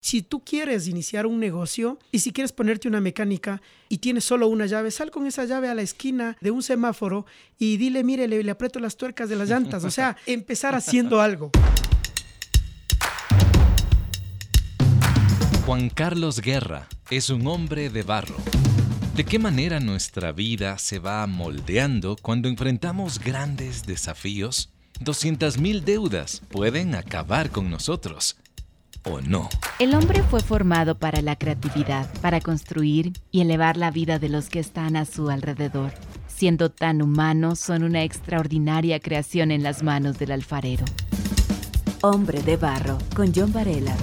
Si tú quieres iniciar un negocio y si quieres ponerte una mecánica y tienes solo una llave, sal con esa llave a la esquina de un semáforo y dile, mire, le aprieto las tuercas de las llantas. O sea, empezar haciendo algo. Juan Carlos Guerra es un hombre de barro. ¿De qué manera nuestra vida se va moldeando cuando enfrentamos grandes desafíos? 200,000 deudas pueden acabar con nosotros, ¿o no? El hombre fue formado para la creatividad, para construir y elevar la vida de los que están a su alrededor. Siendo tan humanos, son una extraordinaria creación en las manos del alfarero. Hombre de barro, con John Varela.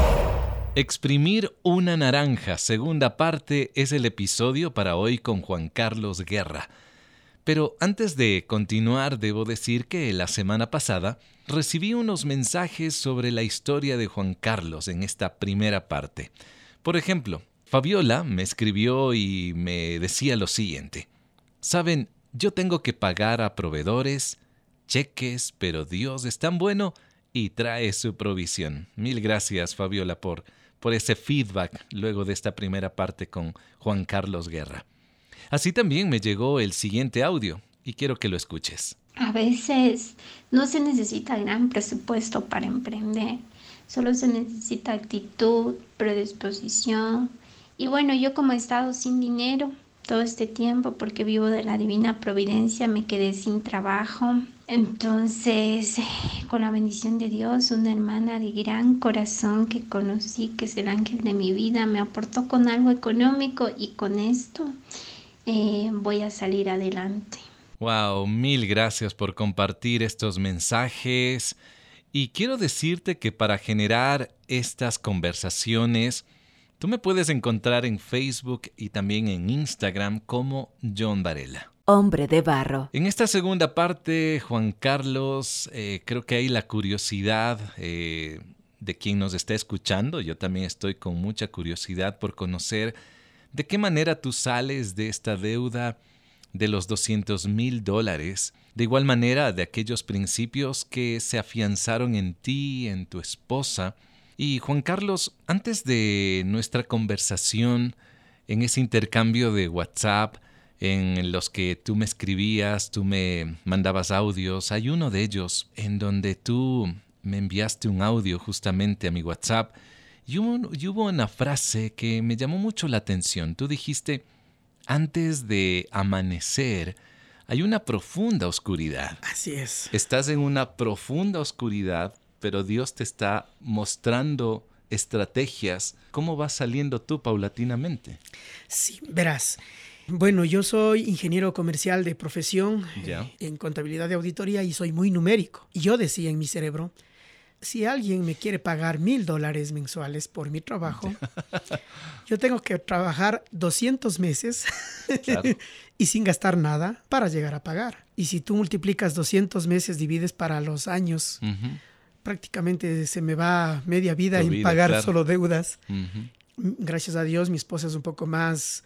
Exprimir una naranja, segunda parte, es el episodio para hoy con Juan Carlos Guerra. Pero antes de continuar, debo decir que la semana pasada recibí unos mensajes sobre la historia de Juan Carlos en esta primera parte. Por ejemplo, Fabiola me escribió y me decía lo siguiente. Saben, yo tengo que pagar a proveedores, cheques, pero Dios es tan bueno y trae su provisión. Mil gracias, Fabiola, por ese feedback luego de esta primera parte con Juan Carlos Guerra. Así también me llegó el siguiente audio y quiero que lo escuches. A veces no se necesita gran presupuesto para emprender, solo se necesita actitud, predisposición. Y bueno, yo como he estado sin dinero todo este tiempo porque vivo de la divina providencia, me quedé sin trabajo. Entonces, con la bendición de Dios, una hermana de gran corazón que conocí, que es el ángel de mi vida, me aportó con algo económico y con esto voy a salir adelante. Wow, mil gracias por compartir estos mensajes. Y quiero decirte que para generar estas conversaciones, tú me puedes encontrar en Facebook y también en Instagram como John Varela. Hombre de barro. En esta segunda parte, Juan Carlos, creo que hay la curiosidad de quien nos está escuchando. Yo también estoy con mucha curiosidad por conocer de qué manera tú sales de esta deuda de los $200,000. De igual manera, de aquellos principios que se afianzaron en ti, en tu esposa. Y Juan Carlos, antes de nuestra conversación, en ese intercambio de WhatsApp, en los que tú me escribías, tú me mandabas audios, hay uno de ellos en donde tú me enviaste un audio justamente a mi WhatsApp y hubo una frase que me llamó mucho la atención. Tú dijiste, antes de amanecer hay una profunda oscuridad. Así es. Estás en una profunda oscuridad, pero Dios te está mostrando estrategias. ¿Cómo vas saliendo tú paulatinamente? Sí, verás. Bueno, yo soy ingeniero comercial de profesión en contabilidad de auditoría y soy muy numérico. Y yo decía en mi cerebro, si alguien me quiere pagar $1,000 mensuales por mi trabajo, yo tengo que trabajar 200 meses claro. Y sin gastar nada para llegar a pagar. Y si tú multiplicas 200 meses, divides para los años, prácticamente se me va media vida en pagar claro. Solo deudas. Gracias a Dios, mi esposa es un poco más...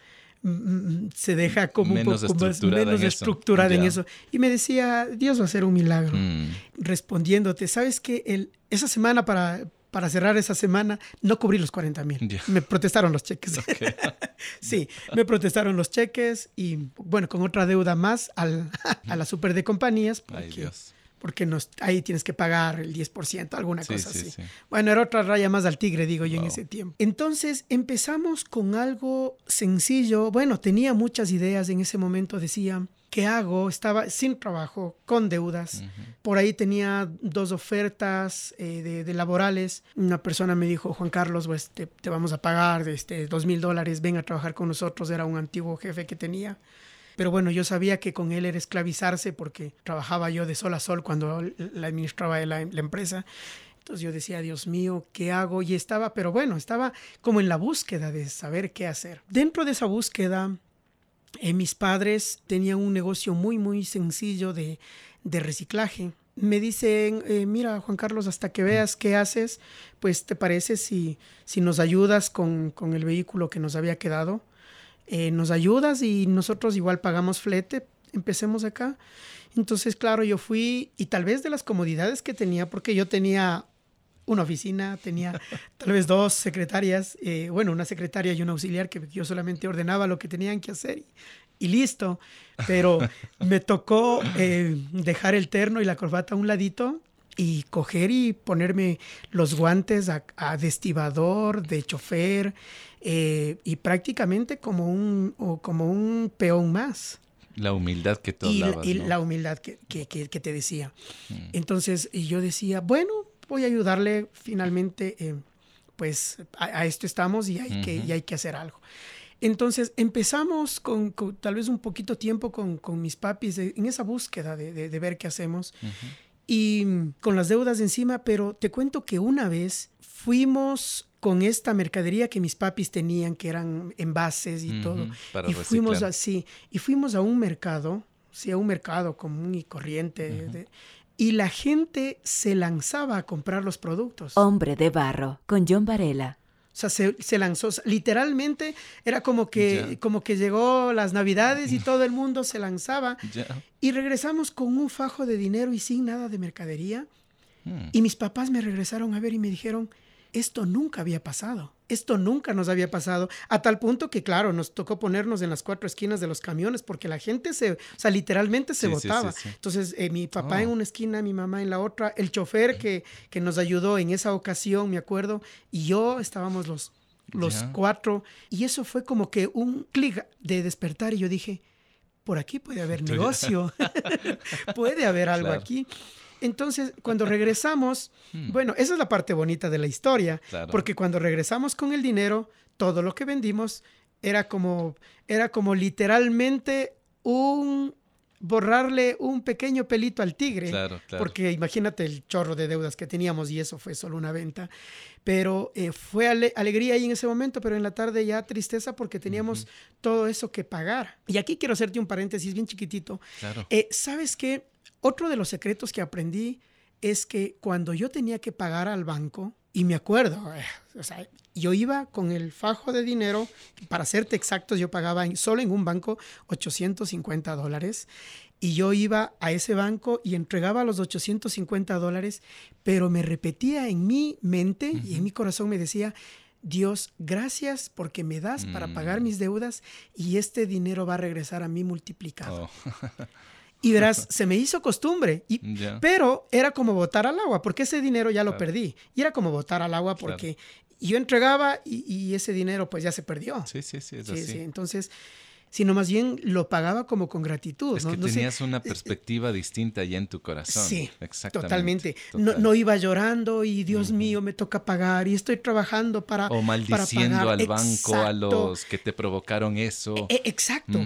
se deja como menos un poco menos estructurada en eso. Y me decía, Dios va a hacer un milagro. Respondiéndote, ¿sabes qué? Esa semana, para cerrar esa semana, no cubrí los 40,000. Me protestaron los cheques. Okay. Sí, me protestaron los cheques y, bueno, con otra deuda más a la super de compañías. Porque ahí tienes que pagar el 10%, alguna cosa así. Sí. Bueno, era otra raya más al tigre, digo yo, en ese tiempo. Entonces, empezamos con algo sencillo. Bueno, tenía muchas ideas en ese momento. Decía, ¿qué hago? Estaba sin trabajo, con deudas. Por ahí tenía 2 ofertas de laborales. Una persona me dijo, Juan Carlos, pues te vamos a pagar $2,000. Ven a trabajar con nosotros. Era un antiguo jefe que tenía. Pero bueno, yo sabía que con él era esclavizarse porque trabajaba yo de sol a sol cuando la administraba la empresa. Entonces yo decía, Dios mío, ¿qué hago? Y estaba como en la búsqueda de saber qué hacer. Dentro de esa búsqueda, mis padres tenían un negocio muy, muy sencillo de reciclaje. Me dicen, mira, Juan Carlos, hasta que veas qué haces, pues ¿te parece si nos ayudas con el vehículo que nos había quedado? Nos ayudas y nosotros igual pagamos flete, empecemos acá. Entonces, claro, yo fui y tal vez de las comodidades que tenía, porque yo tenía una oficina, tenía tal vez 2 secretarias, una secretaria y un auxiliar que yo solamente ordenaba lo que tenían que hacer y listo. Pero me tocó dejar el terno y la corbata a un ladito y coger y ponerme los guantes de estibador, de chofer, y prácticamente como un peón más. La humildad que tú hablabas, y ¿no? la humildad que te decía. Entonces, y yo decía, bueno, voy a ayudarle finalmente, pues a esto estamos y hay que hacer algo. Entonces empezamos con tal vez un poquito tiempo con mis papis en esa búsqueda de ver qué hacemos. Y con las deudas encima, pero te cuento que una vez fuimos con esta mercadería que mis papis tenían, que eran envases y todo. Para y reciclar. fuimos a un mercado, a un mercado común y corriente. Y la gente se lanzaba a comprar los productos. Hombre de Barro, con John Varela. O sea, se lanzó, literalmente era como que llegó las Navidades y todo el mundo se lanzaba. Y regresamos con un fajo de dinero y sin nada de mercadería. Y mis papás me regresaron a ver y me dijeron, esto nunca había pasado. Esto nunca nos había pasado. A tal punto que, claro, nos tocó ponernos en las 4 esquinas de los camiones porque la gente literalmente se botaba. Sí. Entonces, mi papá en una esquina, mi mamá en la otra, el chofer que nos ayudó en esa ocasión, me acuerdo, y yo estábamos los 4. Y eso fue como que un clic de despertar y yo dije, por aquí puede haber negocio. Puede haber algo aquí. Entonces, cuando regresamos, bueno, esa es la parte bonita de la historia, porque cuando regresamos con el dinero, todo lo que vendimos era como literalmente borrarle un pequeño pelito al tigre, porque imagínate el chorro de deudas que teníamos y eso fue solo una venta. Pero fue alegría ahí en ese momento, pero en la tarde ya tristeza porque teníamos todo eso que pagar. Y aquí quiero hacerte un paréntesis bien chiquitito. ¿Sabes qué? Otro de los secretos que aprendí es que cuando yo tenía que pagar al banco, y me acuerdo, yo iba con el fajo de dinero, para serte exactos, yo pagaba solo en un banco $850, y yo iba a ese banco y entregaba los $850, pero me repetía en mi mente y en mi corazón me decía, Dios, gracias porque me das para pagar mis deudas y este dinero va a regresar a mí multiplicado. Y verás, se me hizo costumbre, pero era como botar al agua, porque ese dinero ya lo perdí. Y era como botar al agua porque yo entregaba y ese dinero pues ya se perdió. Sí, es así. Entonces, sino más bien lo pagaba como con gratitud. Es que tenías una perspectiva distinta ya en tu corazón. Sí, totalmente. No iba llorando y Dios mío, me toca pagar y estoy trabajando para pagar. O maldiciendo al banco, a los que te provocaron eso. Exacto.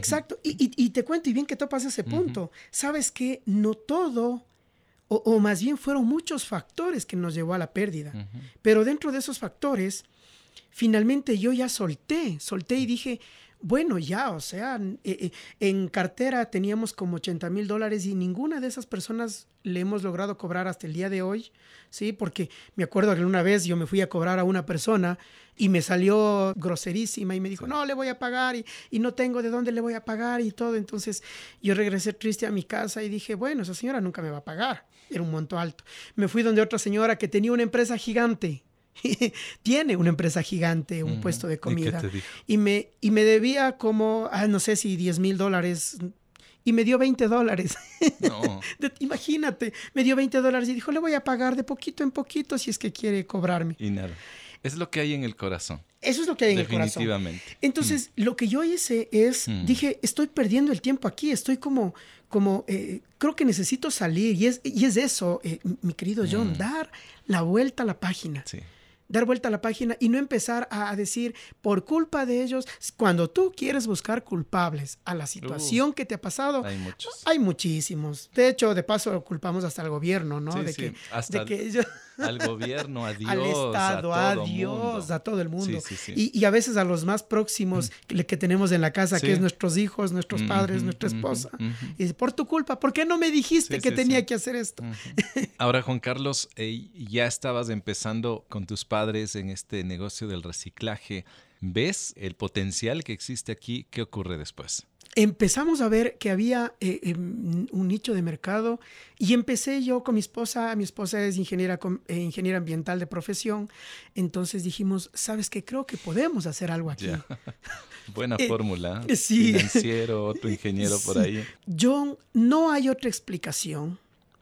Y te cuento, y bien que topas ese punto. ¿Sabes qué? No todo, o más bien fueron muchos factores que nos llevó a la pérdida. Pero dentro de esos factores, finalmente yo ya solté y dije, bueno, ya, o sea, en cartera teníamos como $80,000 y ninguna de esas personas le hemos logrado cobrar hasta el día de hoy, ¿sí? Porque me acuerdo que una vez yo me fui a cobrar a una persona y me salió groserísima y me dijo, no, le voy a pagar y no tengo de dónde le voy a pagar y todo. Entonces yo regresé triste a mi casa y dije, bueno, esa señora nunca me va a pagar. Era un monto alto. Me fui donde otra señora que tenía una empresa gigante. Tiene una empresa gigante, un puesto de comida. ¿Y me debía como, no sé si $10,000 y me dio $20. No. Imagínate, me dio $20 y dijo, le voy a pagar de poquito en poquito si es que quiere cobrarme. Y nada. Es lo que hay en el corazón. Eso es lo que hay en el corazón. Definitivamente. Entonces, lo que yo hice es, dije, estoy perdiendo el tiempo aquí, estoy como creo que necesito salir. Y es eso, mi querido John, dar la vuelta a la página. Sí. Dar vuelta a la página y no empezar a decir, por culpa de ellos, cuando tú quieres buscar culpables a la situación que te ha pasado, hay muchos. Hay muchísimos. De hecho, de paso, culpamos hasta al gobierno, ¿no? Sí, hasta al gobierno, a Dios, al Estado, a Dios, a todo el mundo. Sí. Y a veces a los más próximos que tenemos en la casa, que es nuestros hijos, nuestros padres, nuestra esposa. Y dice, por tu culpa, ¿por qué no me dijiste que tenía que hacer esto? Ahora, Juan Carlos, ya estabas empezando con tus padres en este negocio del reciclaje. ¿Ves el potencial que existe aquí? ¿Qué ocurre después? empezamos a ver que había un nicho de mercado y empecé yo con mi esposa es ingeniera ambiental de profesión, entonces dijimos, ¿sabes qué? Creo que podemos hacer algo aquí. Yeah. Buena fórmula, sí. Financiero, otro ingeniero por ahí. John, no hay otra explicación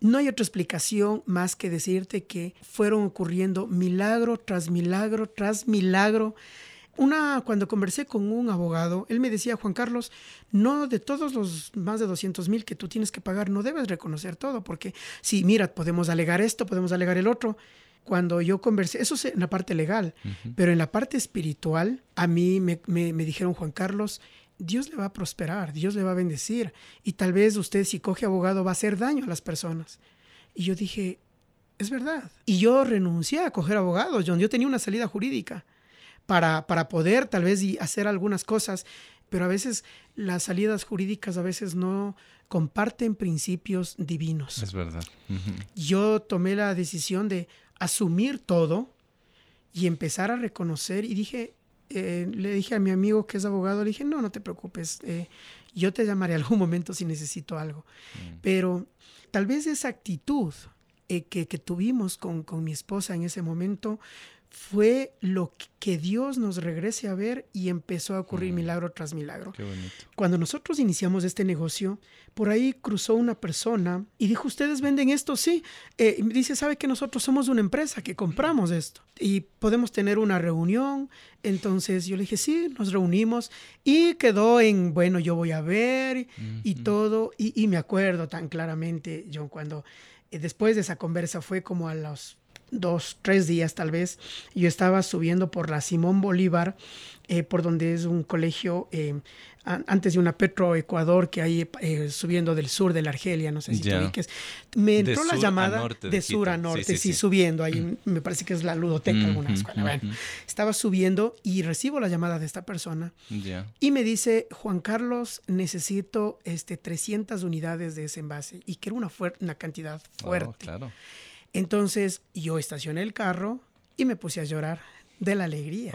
más que decirte que fueron ocurriendo milagro tras milagro tras milagro. Cuando conversé con un abogado, él me decía, Juan Carlos, no de todos los más de 200,000 que tú tienes que pagar, no debes reconocer todo, porque sí, mira, podemos alegar esto, podemos alegar el otro. Cuando yo conversé, eso es en la parte legal, pero en la parte espiritual, a mí me dijeron, Juan Carlos, Dios le va a prosperar, Dios le va a bendecir, y tal vez usted, si coge abogado, va a hacer daño a las personas. Y yo dije, es verdad. Y yo renuncié a coger abogado, John. Yo tenía una salida jurídica para poder tal vez hacer algunas cosas, pero a veces las salidas jurídicas a veces no comparten principios divinos. Es verdad. Yo tomé la decisión de asumir todo y empezar a reconocer y le dije a mi amigo que es abogado, le dije, no te preocupes, yo te llamaré algún momento si necesito algo. Pero tal vez esa actitud que tuvimos con mi esposa en ese momento fue lo que Dios nos regrese a ver y empezó a ocurrir milagro tras milagro. Qué bonito. Cuando nosotros iniciamos este negocio, por ahí cruzó una persona y dijo, ¿ustedes venden esto? Sí. Dice, ¿sabe que nosotros somos una empresa que compramos esto y podemos tener una reunión? Entonces yo le dije, sí, nos reunimos y quedó en, bueno, yo voy a ver y todo. Y me acuerdo tan claramente, John, cuando después de esa conversa fue como a los 2-3 días tal vez, yo estaba subiendo por la Simón Bolívar, por donde es un colegio antes de una Petroecuador que hay subiendo del sur de la Argelia, no sé si te ubiques. Me entró la llamada de sur a norte, sí, subiendo, ahí me parece que es la ludoteca, alguna escuela. Bueno, estaba subiendo y recibo la llamada de esta persona y me dice, Juan Carlos, necesito 300 unidades de ese envase, y que era una cantidad fuerte. Oh, claro. Entonces yo estacioné el carro y me puse a llorar de la alegría.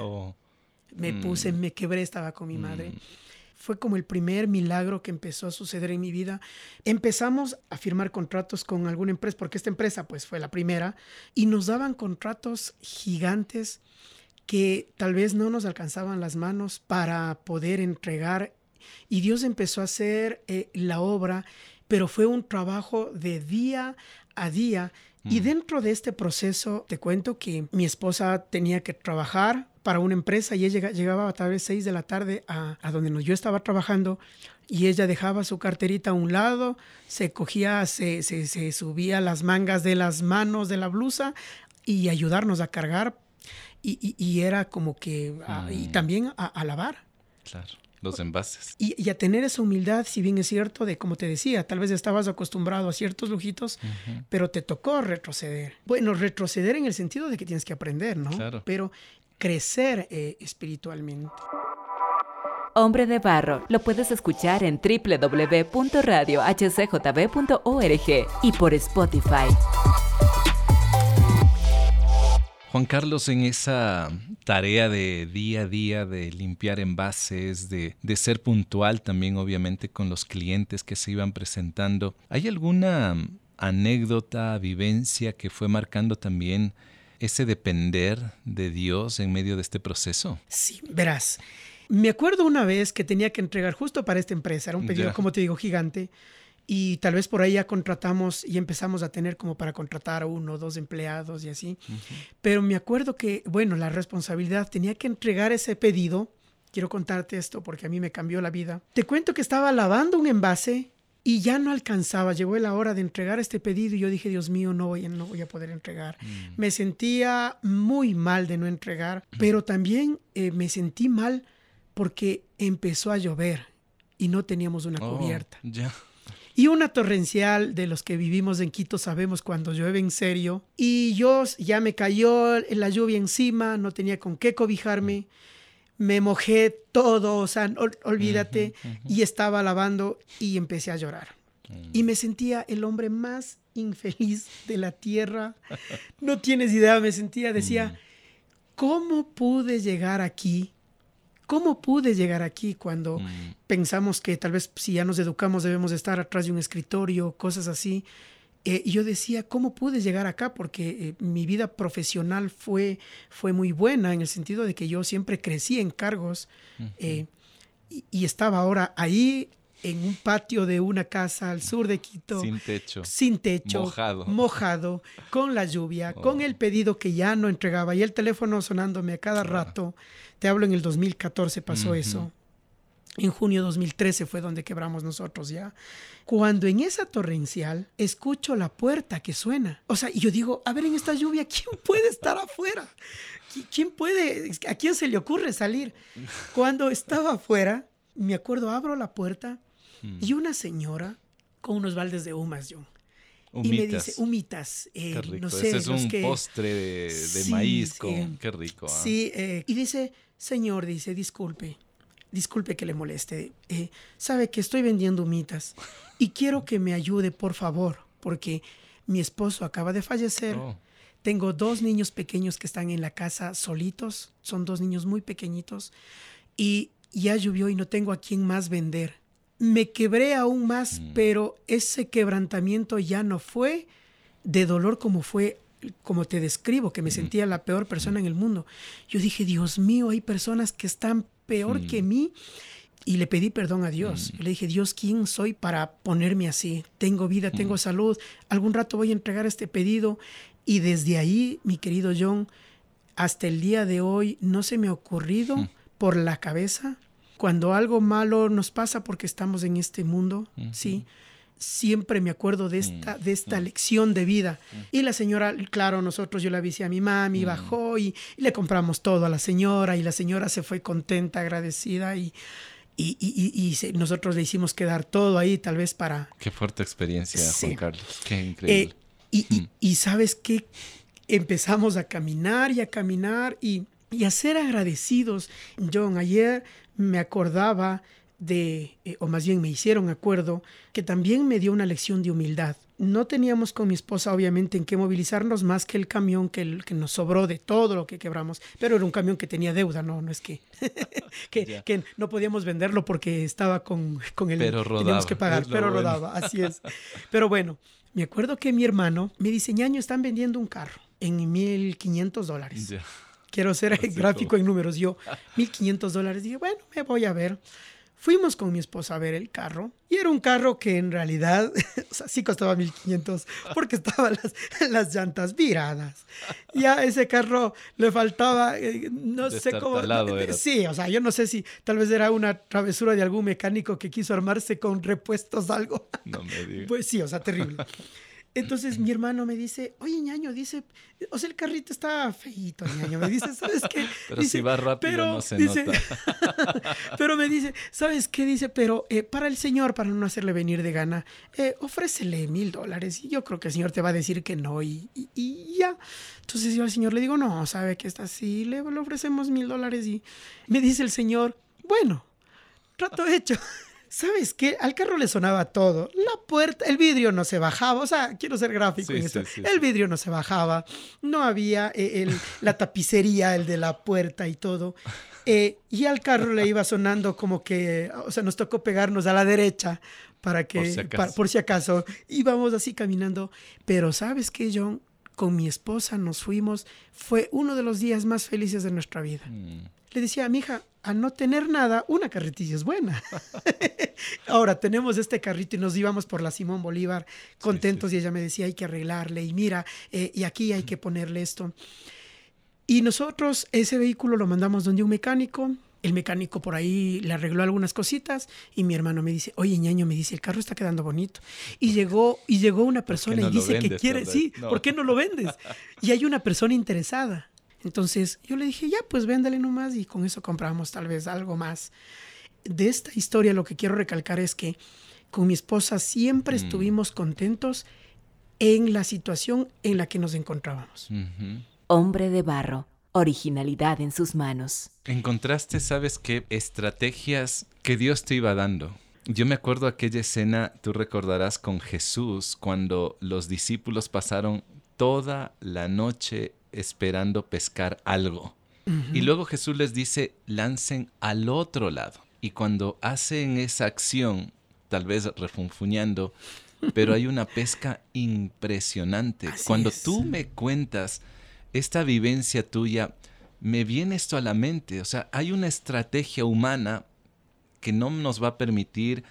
Me quebré, estaba con mi madre. Fue como el primer milagro que empezó a suceder en mi vida. Empezamos a firmar contratos con alguna empresa, porque esta empresa pues fue la primera, y nos daban contratos gigantes que tal vez no nos alcanzaban las manos para poder entregar. Y Dios empezó a hacer la obra, pero fue un trabajo de día a día. Y dentro de este proceso, te cuento que mi esposa tenía que trabajar para una empresa y ella llegaba a tal vez 6 de la tarde a donde yo estaba trabajando, y ella dejaba su carterita a un lado, se subía las mangas de las manos de la blusa y ayudarnos a cargar, y era como que, y también a lavar. Claro. Los envases. Y a tener esa humildad, si bien es cierto, de como te decía, tal vez estabas acostumbrado a ciertos lujitos, pero te tocó retroceder. Bueno, retroceder en el sentido de que tienes que aprender, ¿no? Claro. Pero crecer espiritualmente. Hombre de Barro lo puedes escuchar en www.radiohcjb.org y por Spotify. Juan Carlos, en esa tarea de día a día, de limpiar envases, de ser puntual también obviamente con los clientes que se iban presentando, ¿hay alguna anécdota, vivencia que fue marcando también ese depender de Dios en medio de este proceso? Sí, verás. Me acuerdo una vez que tenía que entregar justo para esta empresa, era un pedido, como te digo, gigante. Y tal vez por ahí ya contratamos y empezamos a tener como para contratar a 1 o 2 empleados y así. Pero me acuerdo que, bueno, la responsabilidad, tenía que entregar ese pedido. Quiero contarte esto porque a mí me cambió la vida. Te cuento que estaba lavando un envase y ya no alcanzaba. Llegó la hora de entregar este pedido y yo dije, Dios mío, no voy a poder entregar. Me sentía muy mal de no entregar, pero también me sentí mal porque empezó a llover y no teníamos una cubierta. Y una torrencial, de los que vivimos en Quito sabemos cuando llueve en serio. Y ya me cayó la lluvia encima, no tenía con qué cobijarme. Me mojé todo, o sea, olvídate. Y estaba lavando y empecé a llorar. Y me sentía el hombre más infeliz de la tierra. No tienes idea, decía, ¿cómo pude llegar aquí? ¿cómo pude llegar aquí cuando pensamos que tal vez si ya nos educamos debemos estar atrás de un escritorio, cosas así? Y yo decía, ¿cómo pude llegar acá? Porque mi vida profesional fue muy buena en el sentido de que yo siempre crecí en cargos y estaba ahora ahí en un patio de una casa al sur de Quito. Sin techo. Mojado, con la lluvia, con el pedido que ya no entregaba y el teléfono sonándome a cada rato. Te hablo en el 2014 pasó eso. En junio de 2013 fue donde quebramos nosotros ya. Cuando en esa torrencial escucho la puerta que suena. O sea, y yo digo, a ver, en esta lluvia, ¿quién puede estar afuera? ¿Quién puede? ¿A quién se le ocurre salir? Cuando estaba afuera, me acuerdo, abro la puerta y una señora con unos baldes de humas, John. Humitas. Y me dice, humitas. Qué rico. No sé, ese es un postre de maíz. Qué rico. Sí, y dice, señor, dice, disculpe que le moleste. Sabe que estoy vendiendo humitas y quiero que me ayude, por favor, porque mi esposo acaba de fallecer. Tengo 2 niños pequeños que están en la casa solitos. Son 2 niños muy pequeñitos y ya llovió y no tengo a quién más vender. Me quebré aún más, pero ese quebrantamiento ya no fue de dolor como te describo, que me sentía la peor persona en el mundo. Yo dije, Dios mío, hay personas que están peor que mí. Y le pedí perdón a Dios. Yo le dije, Dios, ¿quién soy para ponerme así? Tengo vida, tengo salud. Algún rato voy a entregar este pedido. Y desde ahí, mi querido John, hasta el día de hoy no se me ha ocurrido por la cabeza cuando algo malo nos pasa porque estamos en este mundo, ¿sí? Siempre me acuerdo de esta lección de vida. Y la señora, claro, yo le avisé a mi mami, bajó y le compramos todo a la señora y la señora se fue contenta, agradecida y nosotros le hicimos quedar todo ahí tal vez para... Qué fuerte experiencia, Juan Carlos. Qué increíble. Y ¿sabes qué? Empezamos a caminar y a ser agradecidos. John, ayer me acordaba o más bien me hicieron acuerdo, que también me dio una lección de humildad. No teníamos con mi esposa, obviamente, en qué movilizarnos más que el camión que nos sobró de todo lo que quebramos, pero era un camión que tenía deuda, no es que, que no podíamos venderlo porque estaba con el... Pero rodaba. Teníamos que pagar, pero rodaba, así es. Pero me acuerdo que mi hermano me dice, ñaño, están vendiendo un carro en $1,500. Ya. Quiero ser gráfico en números. Yo, $1,500. Dije, bueno, me voy a ver. Fuimos con mi esposa a ver el carro y era un carro que en realidad, o sea, sí costaba $1,500 porque estaban las llantas viradas. Ya a ese carro le faltaba, no sé cómo. Sí, o sea, yo no sé si tal vez era una travesura de algún mecánico que quiso armarse con repuestos, algo. No me digas. Pues sí, o sea, terrible. Entonces mi hermano me dice, oye, ñaño, dice, o sea, el carrito está feíto, ñaño. Me dice, ¿sabes qué? Pero dice, si va rápido no se nota. Pero me dice, ¿sabes qué? Dice, pero para el señor, para no hacerle venir de gana, ofrécele $1,000. Y yo creo que el señor te va a decir que no y ya. Entonces yo al señor le digo, no, sabe que está así, le ofrecemos $1,000. Y me dice el señor, bueno, trato hecho. ¿Sabes qué? Al carro le sonaba todo. La puerta, el vidrio no se bajaba. O sea, quiero ser gráfico en esto. El vidrio no se bajaba. No había la tapicería, el de la puerta y todo. Y al carro le iba sonando como que, o sea, nos tocó pegarnos a la derecha para que, por si acaso. Íbamos así caminando. Pero ¿sabes qué, John? Con mi esposa nos fuimos. Fue uno de los días más felices de nuestra vida. Le decía a mi hija, a no tener nada, una carretilla es buena. Ahora tenemos este carrito y nos íbamos por la Simón Bolívar contentos y ella me decía, hay que arreglarle y mira, y aquí hay que ponerle esto. Y nosotros ese vehículo lo mandamos donde un mecánico. El mecánico por ahí le arregló algunas cositas y mi hermano me dice, oye, ñaño, me dice, el carro está quedando bonito. Y llegó una persona y dice que quiere, sí, ¿por qué no lo vendes? Y hay una persona interesada. Entonces yo le dije, ya, pues véndale nomás y con eso compramos tal vez algo más. De esta historia lo que quiero recalcar es que con mi esposa siempre estuvimos contentos en la situación en la que nos encontrábamos. Hombre de barro, originalidad en sus manos. Encontraste, ¿sabes qué? Estrategias que Dios te iba dando. Yo me acuerdo aquella escena, tú recordarás, con Jesús, cuando los discípulos pasaron toda la noche esperando pescar algo. Y luego Jesús les dice, lancen al otro lado. Y cuando hacen esa acción, tal vez refunfuñando, pero hay una pesca impresionante. Cuando tú me cuentas esta vivencia tuya, me viene esto a la mente. O sea, hay una estrategia humana que no nos va a permitir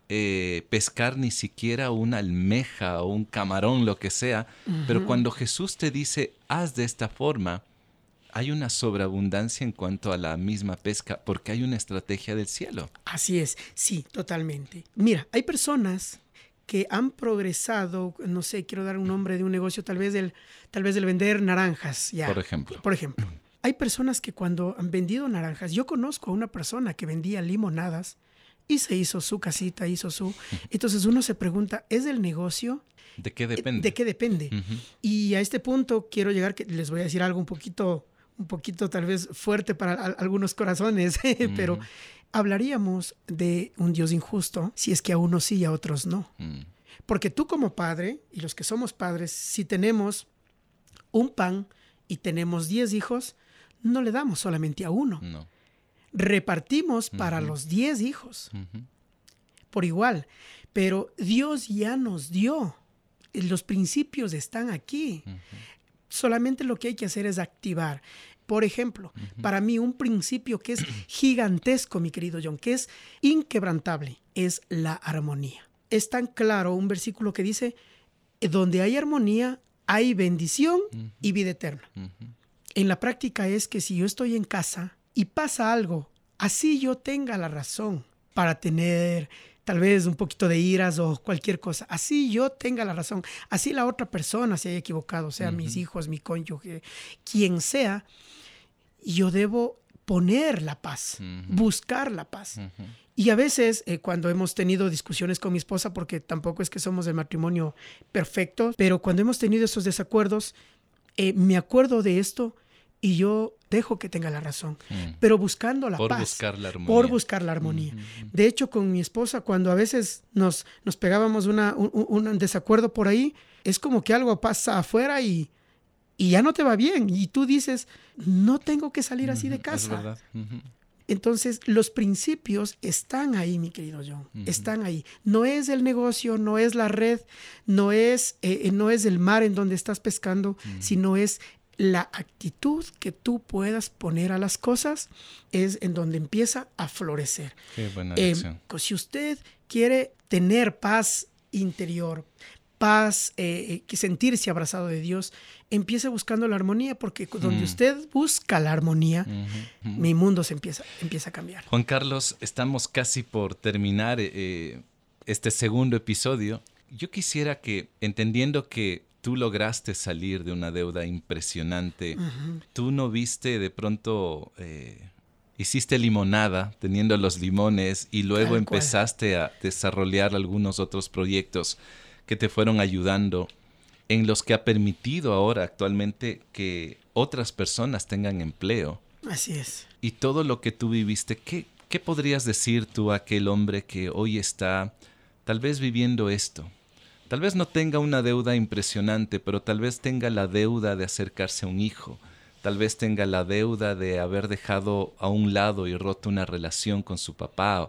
pescar ni siquiera una almeja o un camarón, lo que sea. Pero cuando Jesús te dice, haz de esta forma, hay una sobreabundancia en cuanto a la misma pesca, porque hay una estrategia del cielo. Así es, sí, totalmente. Mira, hay personas que han progresado, no sé, quiero dar un nombre de un negocio, tal vez del vender naranjas. Ya. Por ejemplo. Hay personas que cuando han vendido naranjas, yo conozco a una persona que vendía limonadas y se hizo su casita, Entonces uno se pregunta, ¿es el negocio? ¿De qué depende? ¿De qué depende? Y a este punto quiero llegar, que les voy a decir algo un poquito tal vez fuerte para algunos corazones, pero hablaríamos de un Dios injusto si es que a unos sí y a otros no. Porque tú como padre, y los que somos padres, si tenemos un pan y tenemos 10 hijos, no le damos solamente a uno. No. Repartimos para los 10 hijos. Por igual. Pero Dios ya nos dio. Los principios están aquí. Solamente lo que hay que hacer es activar. Por ejemplo, para mí un principio que es gigantesco, mi querido John, que es inquebrantable, es la armonía. Es tan claro un versículo que dice, donde hay armonía, hay bendición y vida eterna. En la práctica es que si yo estoy en casa y pasa algo, así yo tenga la razón para tener tal vez un poquito de iras o cualquier cosa, así yo tenga la razón, así la otra persona se haya equivocado, sea mis hijos, mi cónyuge, quien sea, yo debo poner la paz, buscar la paz. Y a veces cuando hemos tenido discusiones con mi esposa, porque tampoco es que somos el matrimonio perfecto, pero cuando hemos tenido esos desacuerdos, me acuerdo de esto y yo dejo que tenga la razón, pero buscando la paz. Por buscar la armonía. De hecho, con mi esposa, cuando a veces nos pegábamos un desacuerdo por ahí, es como que algo pasa afuera y ya no te va bien. Y tú dices, no tengo que salir así de casa. Es verdad. Entonces, los principios están ahí, mi querido John. Están ahí. No es el negocio, no es la red, no es el mar en donde estás pescando, sino es la actitud que tú puedas poner a las cosas, es en donde empieza a florecer. Qué buena lección. Si usted quiere tener paz interior, paz, que sentirse abrazado de Dios, empiece buscando la armonía, porque donde usted busca la armonía, mi mundo se empieza a cambiar. Juan Carlos, estamos casi por terminar este segundo episodio. Yo quisiera que, entendiendo que tú lograste salir de una deuda impresionante, tú no viste de pronto, hiciste limonada teniendo los limones y luego empezaste a desarrollar algunos otros proyectos que te fueron ayudando, en los que ha permitido ahora actualmente que otras personas tengan empleo. Así es. Y todo lo que tú viviste, ¿qué podrías decir tú a aquel hombre que hoy está tal vez viviendo esto? Tal vez no tenga una deuda impresionante, pero tal vez tenga la deuda de acercarse a un hijo. Tal vez tenga la deuda de haber dejado a un lado y roto una relación con su papá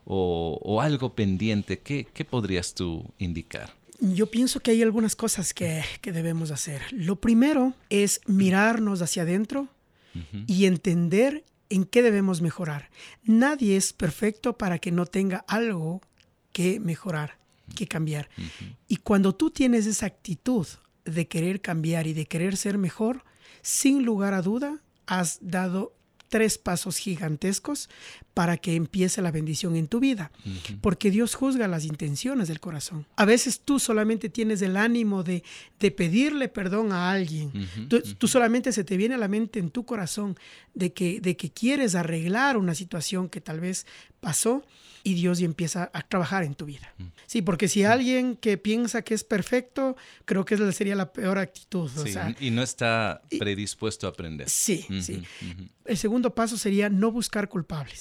o algo pendiente. ¿Qué podrías tú indicar? Yo pienso que hay algunas cosas que debemos hacer. Lo primero es mirarnos hacia adentro y entender en qué debemos mejorar. Nadie es perfecto para que no tenga algo que mejorar, que cambiar. Y cuando tú tienes esa actitud de querer cambiar y de querer ser mejor, sin lugar a duda, has dado 3 pasos gigantescos para que empiece la bendición en tu vida. Porque Dios juzga las intenciones del corazón. A veces tú solamente tienes el ánimo de pedirle perdón a alguien. Tú solamente se te viene a la mente en tu corazón de que quieres arreglar una situación que tal vez pasó, y Dios ya empieza a trabajar en tu vida. Sí, porque si alguien que piensa que es perfecto, creo que esa sería la peor actitud. Sí, o sea, y no está predispuesto a aprender. Sí, sí. El segundo paso sería no buscar culpables.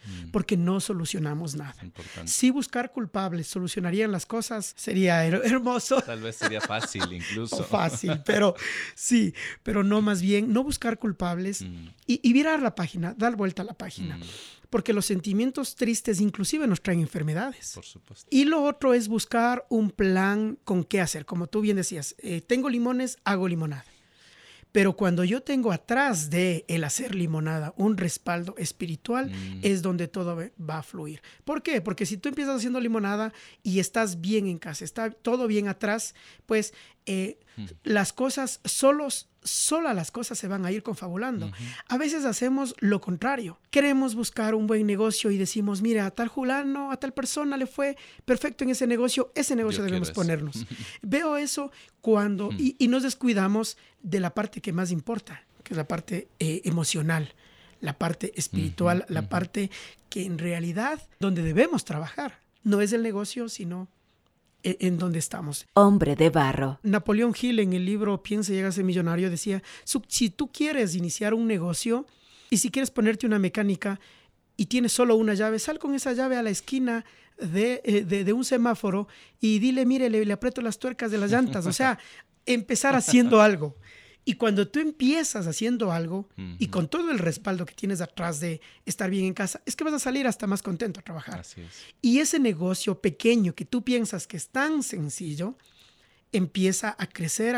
porque no solucionamos nada. Importante. Si buscar culpables solucionarían las cosas, sería hermoso. Tal vez sería fácil incluso. Fácil, pero sí, pero no, más bien no buscar culpables y virar la página, dar vuelta a la página. Porque los sentimientos tristes inclusive nos traen enfermedades. Por supuesto. Y lo otro es buscar un plan con qué hacer. Como tú bien decías, tengo limones, hago limonada. Pero cuando yo tengo atrás de el hacer limonada un respaldo espiritual, es donde todo va a fluir. ¿Por qué? Porque si tú empiezas haciendo limonada y estás bien en casa, está todo bien atrás, pues las cosas solas las cosas se van a ir confabulando. A veces hacemos lo contrario. Queremos buscar un buen negocio y decimos, mira, a tal fulano, a tal persona le fue perfecto en ese negocio debemos ponernos. Veo eso cuando, y nos descuidamos de la parte que más importa, que es la parte emocional, la parte espiritual, la parte que en realidad donde debemos trabajar. No es el negocio, sino en donde estamos. Hombre de barro. Napoleón Hill en el libro Piensa y llega a ser millonario decía, si tú quieres iniciar un negocio y si quieres ponerte una mecánica y tienes solo una llave, sal con esa llave a la esquina de un semáforo y dile, mire, le aprieto las tuercas de las llantas. O sea, empezar haciendo algo. Y cuando tú empiezas haciendo algo y con todo el respaldo que tienes atrás de estar bien en casa, es que vas a salir hasta más contento a trabajar. Así es. Y ese negocio pequeño que tú piensas que es tan sencillo, empieza a crecer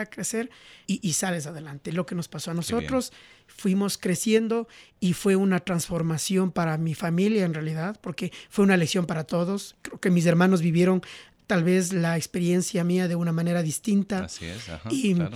y sales adelante. Lo que nos pasó a nosotros, fuimos creciendo y fue una transformación para mi familia en realidad, porque fue una lección para todos. Creo que mis hermanos vivieron tal vez la experiencia mía de una manera distinta. Así es, claro.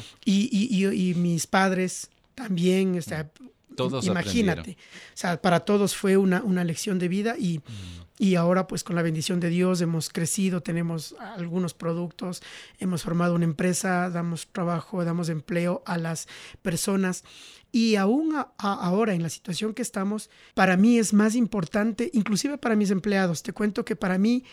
Y mis padres también, o sea, todos imagínate. aprendieron. O sea, para todos fue una lección de vida y ahora pues con la bendición de Dios hemos crecido, tenemos algunos productos, hemos formado una empresa, damos trabajo, damos empleo a las personas. Y aún ahora, en la situación que estamos, para mí es más importante, inclusive para mis empleados. Te cuento que para mí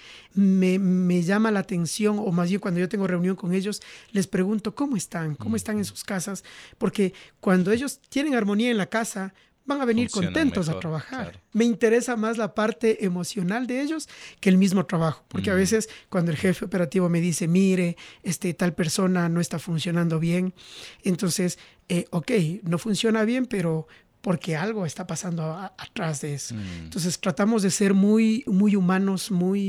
me llama la atención, o más bien cuando yo tengo reunión con ellos, les pregunto cómo están en sus casas. Porque cuando ellos tienen armonía en la casa, van a venir contentos mejor, a trabajar. Claro. Me interesa más la parte emocional de ellos que el mismo trabajo. Porque a veces cuando el jefe operativo me dice, mire, tal persona no está funcionando bien, entonces, no funciona bien, pero porque algo está pasando atrás de eso. Entonces tratamos de ser muy, muy humanos,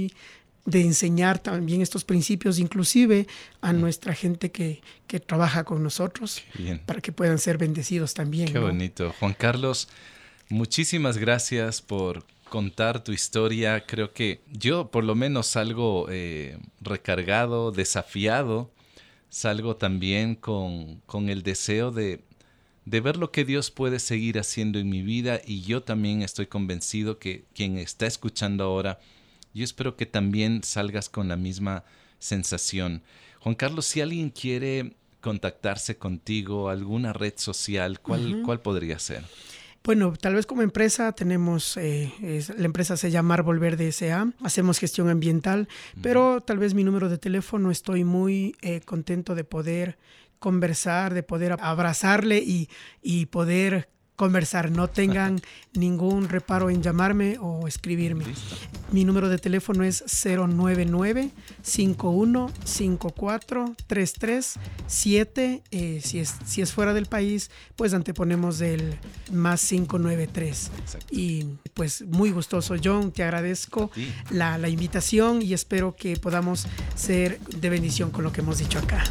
de enseñar también estos principios, inclusive a nuestra gente que trabaja con nosotros, para que puedan ser bendecidos también. Qué bonito. Juan Carlos, muchísimas gracias por contar tu historia. Creo que yo por lo menos salgo recargado, desafiado, salgo también con el deseo de ver lo que Dios puede seguir haciendo en mi vida, y yo también estoy convencido que quien está escuchando ahora, yo espero que también salgas con la misma sensación. Juan Carlos, si alguien quiere contactarse contigo, alguna red social, ¿cuál podría ser? Bueno, tal vez como empresa tenemos, la empresa se llama Árbol Verde S.A., hacemos gestión ambiental, pero tal vez mi número de teléfono, estoy muy contento de poder conversar, de poder abrazarle y poder conversar. No tengan ningún reparo en llamarme o escribirme. Listo. Mi número de teléfono es 099-5154-337. Si es fuera del país, pues anteponemos el más 593. Exacto. Y pues muy gustoso, John. Te agradezco la invitación y espero que podamos ser de bendición con lo que hemos dicho acá.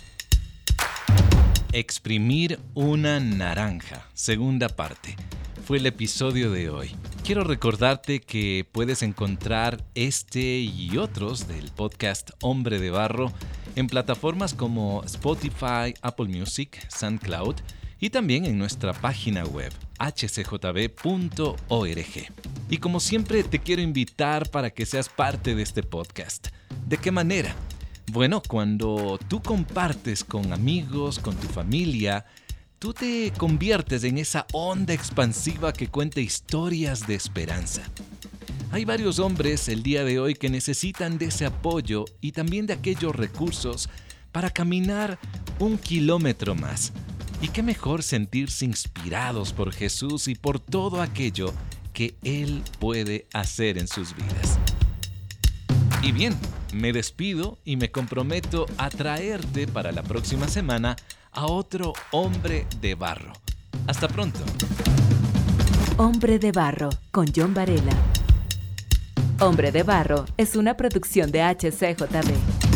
Exprimir una naranja, segunda parte, fue el episodio de hoy. Quiero recordarte que puedes encontrar este y otros del podcast Hombre de Barro en plataformas como Spotify, Apple Music, SoundCloud y también en nuestra página web hcjb.org. Y como siempre te quiero invitar para que seas parte de este podcast. ¿De qué manera? Bueno, cuando tú compartes con amigos, con tu familia, tú te conviertes en esa onda expansiva que cuenta historias de esperanza. Hay varios hombres el día de hoy que necesitan de ese apoyo y también de aquellos recursos para caminar 1 kilómetro más. Y qué mejor sentirse inspirados por Jesús y por todo aquello que Él puede hacer en sus vidas. Y bien, me despido y me comprometo a traerte para la próxima semana a otro hombre de barro. Hasta pronto. Hombre de Barro, con John Varela. Hombre de Barro es una producción de HCJB.